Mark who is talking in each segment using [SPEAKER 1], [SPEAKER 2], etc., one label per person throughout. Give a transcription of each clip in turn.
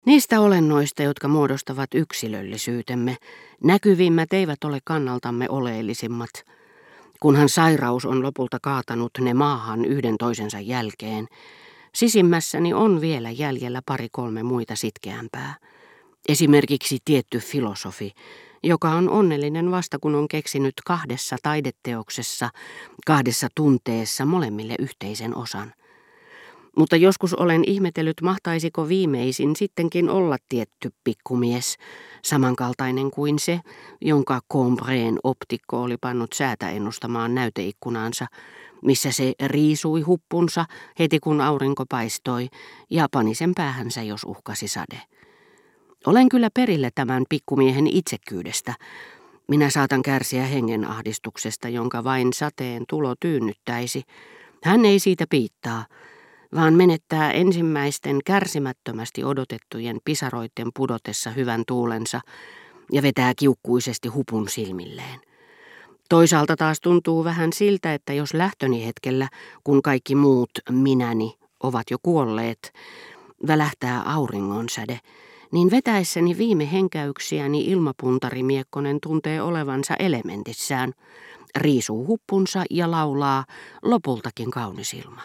[SPEAKER 1] Niistä olennoista, jotka muodostavat yksilöllisyytemme, näkyvimmät eivät ole kannaltamme oleellisimmat. Kunhan sairaus on lopulta kaatanut ne maahan yhden toisensa jälkeen, sisimmässäni on vielä jäljellä 2-3 muita sitkeämpää. Esimerkiksi tietty filosofi, joka on onnellinen vasta kun on keksinyt 2 taideteoksessa, 2 tunteessa molemmille yhteisen osan. Mutta joskus olen ihmetellyt, mahtaisiko viimeisin sittenkin olla tietty pikkumies, samankaltainen kuin se, jonka Combreen optikko oli pannut säätä ennustamaan näyteikkunaansa, missä se riisui huppunsa heti kun aurinko paistoi ja pani sen päähänsä, jos uhkasi sade. Olen kyllä perillä tämän pikkumiehen itsekkyydestä. Minä saatan kärsiä hengenahdistuksesta, jonka vain sateen tulo tyynnyttäisi. Hän ei siitä piittaa, vaan menettää ensimmäisten kärsimättömästi odotettujen pisaroiden pudotessa hyvän tuulensa ja vetää kiukkuisesti hupun silmilleen. Toisaalta taas tuntuu vähän siltä, että jos lähtöni hetkellä, kun kaikki muut minäni ovat jo kuolleet, välähtää auringonsäde, niin vetäessäni viime henkäyksiäni ilmapuntarimiekkonen tuntee olevansa elementissään, riisuu huppunsa ja laulaa lopultakin kaunis ilma.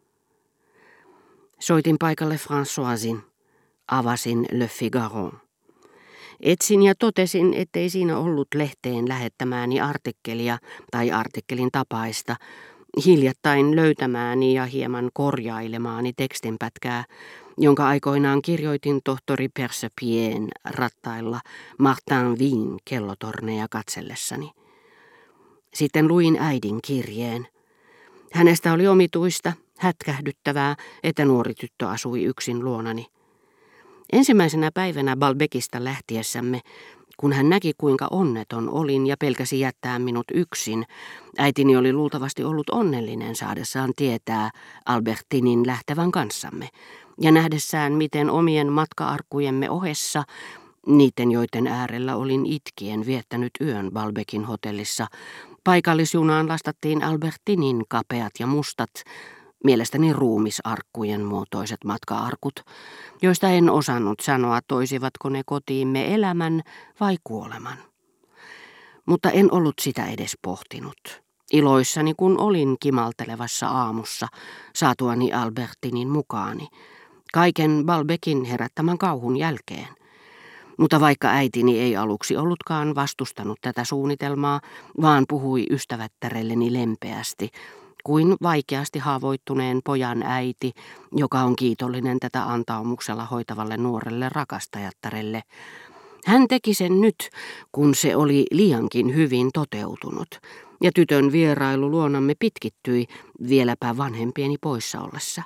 [SPEAKER 1] Soitin paikalle Françoisin, avasin Le Figaro. Etsin ja totesin, ettei siinä ollut lehteen lähettämääni artikkelia tai artikkelin tapaista, hiljattain löytämääni ja hieman korjailemaani tekstinpätkää, jonka aikoinaan kirjoitin tohtori Percepien rattailla Martin Vin kellotorneja katsellessani. Sitten luin äidin kirjeen. Hänestä oli omituista, hätkähdyttävää, että nuori tyttö asui yksin luonani. Ensimmäisenä päivänä Balbekista lähtiessämme, kun hän näki kuinka onneton olin ja pelkäsi jättää minut yksin, äitini oli luultavasti ollut onnellinen saadessaan tietää Albertinin lähtevän kanssamme ja nähdessään, miten omien matka-arkkujemme ohessa, niiden joiden äärellä olin itkien viettänyt yön Balbekin hotellissa, paikallisjunaan lastattiin Albertinin kapeat ja mustat, mielestäni ruumisarkkujen muotoiset matka-arkut, joista en osannut sanoa, toisivatko ne kotiimme elämän vai kuoleman. Mutta en ollut sitä edes pohtinut. Iloissani kun olin kimaltelevassa aamussa, saatuani Albertinin mukaani, kaiken Balbekin herättämän kauhun jälkeen. Mutta vaikka äitini ei aluksi ollutkaan vastustanut tätä suunnitelmaa, vaan puhui ystävättärelleni lempeästi, kuin vaikeasti haavoittuneen pojan äiti, joka on kiitollinen tätä antaumuksella hoitavalle nuorelle rakastajattarelle. Hän teki sen nyt, kun se oli liiankin hyvin toteutunut, ja tytön vierailu luonamme pitkittyi vieläpä vanhempieni poissa ollessa.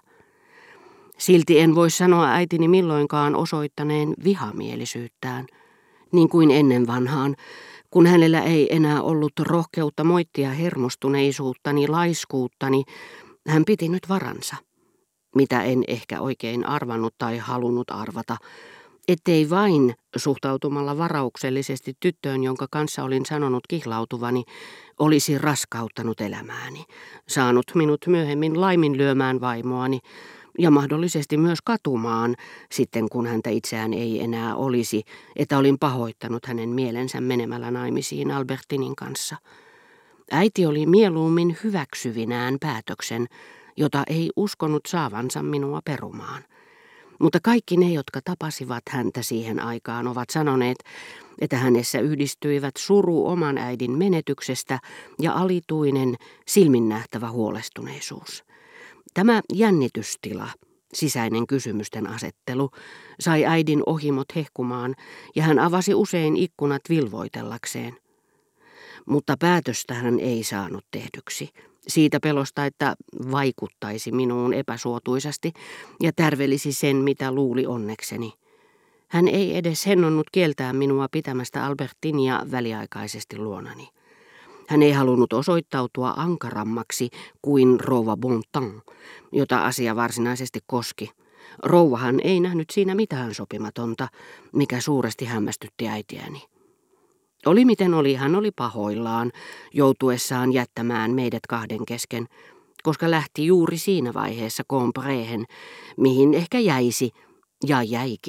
[SPEAKER 1] Silti en voi sanoa äitini milloinkaan osoittaneen vihamielisyyttään, niin kuin ennen vanhaan, kun hänellä ei enää ollut rohkeutta moittia hermostuneisuuttani, laiskuuttani, hän piti nyt varansa. Mitä en ehkä oikein arvannut tai halunnut arvata, ettei vain suhtautumalla varauksellisesti tyttöön, jonka kanssa olin sanonut kihlautuvani, olisi raskauttanut elämääni, saanut minut myöhemmin laiminlyömään vaimoani, ja mahdollisesti myös katumaan, sitten kun häntä itseään ei enää olisi, että olin pahoittanut hänen mielensä menemällä naimisiin Albertinin kanssa. Äiti oli mieluummin hyväksyvinään päätöksen, jota ei uskonut saavansa minua perumaan. Mutta kaikki ne, jotka tapasivat häntä siihen aikaan, ovat sanoneet, että hänessä yhdistyivät suru oman äidin menetyksestä ja alituinen, silminnähtävä huolestuneisuus. Tämä jännitystila, sisäinen kysymysten asettelu, sai äidin ohimot hehkumaan ja hän avasi usein ikkunat vilvoitellakseen. Mutta päätöstä hän ei saanut tehdyksi. Siitä pelosta, että vaikuttaisi minuun epäsuotuisasti ja tärvelisi sen, mitä luuli onnekseni. Hän ei edes hennonnut kieltää minua pitämästä Albertinia väliaikaisesti luonani. Hän ei halunnut osoittautua ankarammaksi kuin rouva Bontemps, jota asia varsinaisesti koski. Rouvahan ei nähnyt siinä mitään sopimatonta, mikä suuresti hämmästytti äitiäni. Oli miten oli, hän oli pahoillaan, joutuessaan jättämään meidät 2 kesken, koska lähti juuri siinä vaiheessa Combreen, mihin ehkä jäisi, ja jäikin,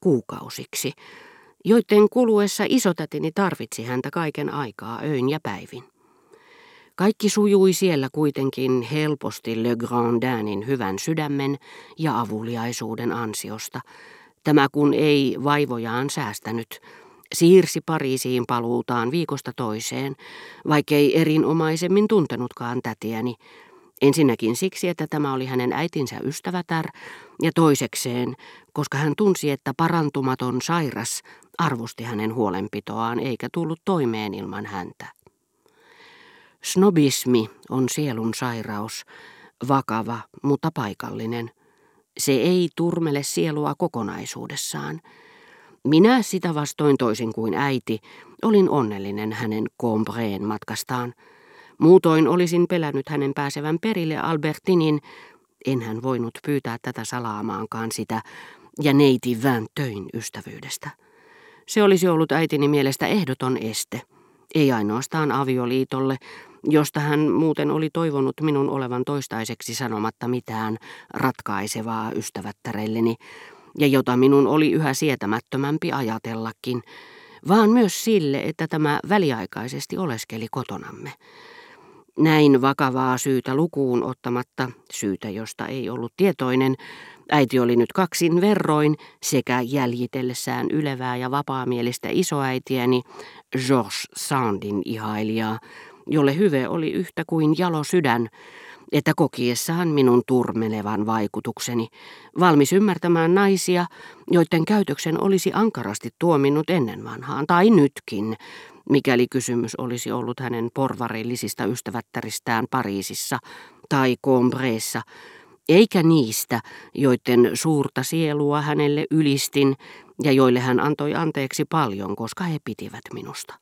[SPEAKER 1] kuukausiksi, joiden kuluessa isotätini tarvitsi häntä kaiken aikaa öin ja päivin. Kaikki sujui siellä kuitenkin helposti Le Grandinin hyvän sydämen ja avuliaisuuden ansiosta. Tämä kun ei vaivojaan säästänyt, siirsi Pariisiin paluutaan viikosta toiseen, vaikkei erinomaisemmin tuntenutkaan tätiäni. Ensinnäkin siksi, että tämä oli hänen äitinsä ystävätär, ja toisekseen, koska hän tunsi, että parantumaton sairas arvosti hänen huolenpitoaan eikä tullut toimeen ilman häntä. Snobismi on sielun sairaus, vakava, mutta paikallinen. Se ei turmele sielua kokonaisuudessaan. Minä sitä vastoin toisin kuin äiti, olin onnellinen hänen Combreen matkastaan. Muutoin olisin pelännyt hänen pääsevän perille Albertinin, enhän voinut pyytää tätä salaamaankaan sitä, ja neiti Vinteuil'n ystävyydestä. Se olisi ollut äitini mielestä ehdoton este, ei ainoastaan avioliitolle, josta hän muuten oli toivonut minun olevan toistaiseksi sanomatta mitään ratkaisevaa ystävättärelleni, ja jota minun oli yhä sietämättömämpi ajatellakin, vaan myös sille, että tämä väliaikaisesti oleskeli kotonamme. Näin vakavaa syytä lukuun ottamatta, syytä josta ei ollut tietoinen, äiti oli nyt kaksin verroin sekä jäljitellessään ylevää ja vapaamielistä isoäitiäni Georges Sandin ihailijaa, jolle hyve oli yhtä kuin jalo sydän, että kokiessaan minun turmelevan vaikutukseni, valmis ymmärtämään naisia, joiden käytöksen olisi ankarasti tuominnut ennen vanhaan, tai nytkin, mikäli kysymys olisi ollut hänen porvarillisista ystävättäristään Pariisissa tai Combreessa, eikä niistä, joiden suurta sielua hänelle ylistin ja joille hän antoi anteeksi paljon, koska he pitivät minusta.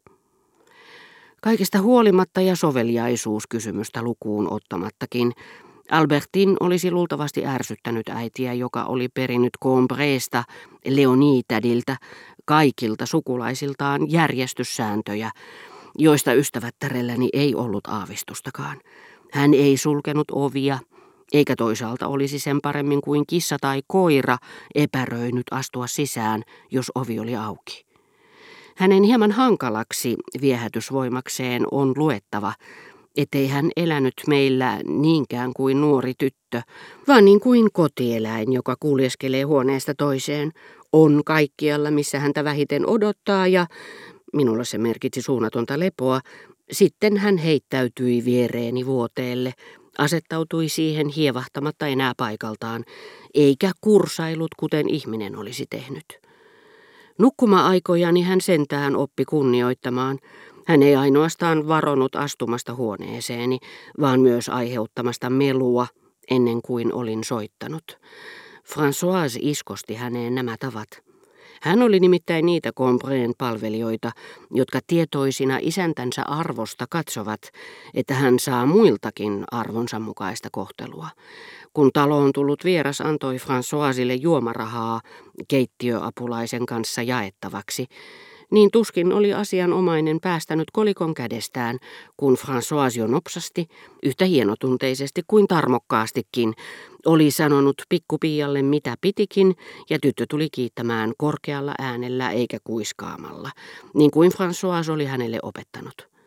[SPEAKER 1] Kaikesta huolimatta ja soveliaisuuskysymystä lukuun ottamattakin, Albertine olisi luultavasti ärsyttänyt äitiä, joka oli perinnyt Combreesta Leonitädiltä kaikilta sukulaisiltaan järjestyssääntöjä, joista ystävättärelläni ei ollut aavistustakaan. Hän ei sulkenut ovia, eikä toisaalta olisi sen paremmin kuin kissa tai koira epäröinyt astua sisään, jos ovi oli auki. Hänen hieman hankalaksi viehätysvoimakseen on luettava, ettei hän elänyt meillä niinkään kuin nuori tyttö, vaan niin kuin kotieläin, joka kuljeskelee huoneesta toiseen, on kaikkialla, missä häntä vähiten odottaa, ja minulla se merkitsi suunnatonta lepoa. Sitten hän heittäytyi viereeni vuoteelle, asettautui siihen hievahtamatta enää paikaltaan, eikä kursailut kuten ihminen olisi tehnyt. Nukkuma-aikojani hän sentään oppi kunnioittamaan. Hän ei ainoastaan varonut astumasta huoneeseeni, vaan myös aiheuttamasta melua ennen kuin olin soittanut. Françoise iskosti häneen nämä tavat. Hän oli nimittäin niitä Combreen palvelijoita, jotka tietoisina isäntänsä arvosta katsovat, että hän saa muiltakin arvonsa mukaista kohtelua. Kun taloon tullut vieras antoi Françoisille juomarahaa keittiöapulaisen kanssa jaettavaksi, niin tuskin oli asianomainen päästänyt kolikon kädestään, kun François jo nopsasti, yhtä hienotunteisesti kuin tarmokkaastikin, oli sanonut pikkupiialle mitä pitikin, ja tyttö tuli kiittämään korkealla äänellä eikä kuiskaamalla, niin kuin François oli hänelle opettanut.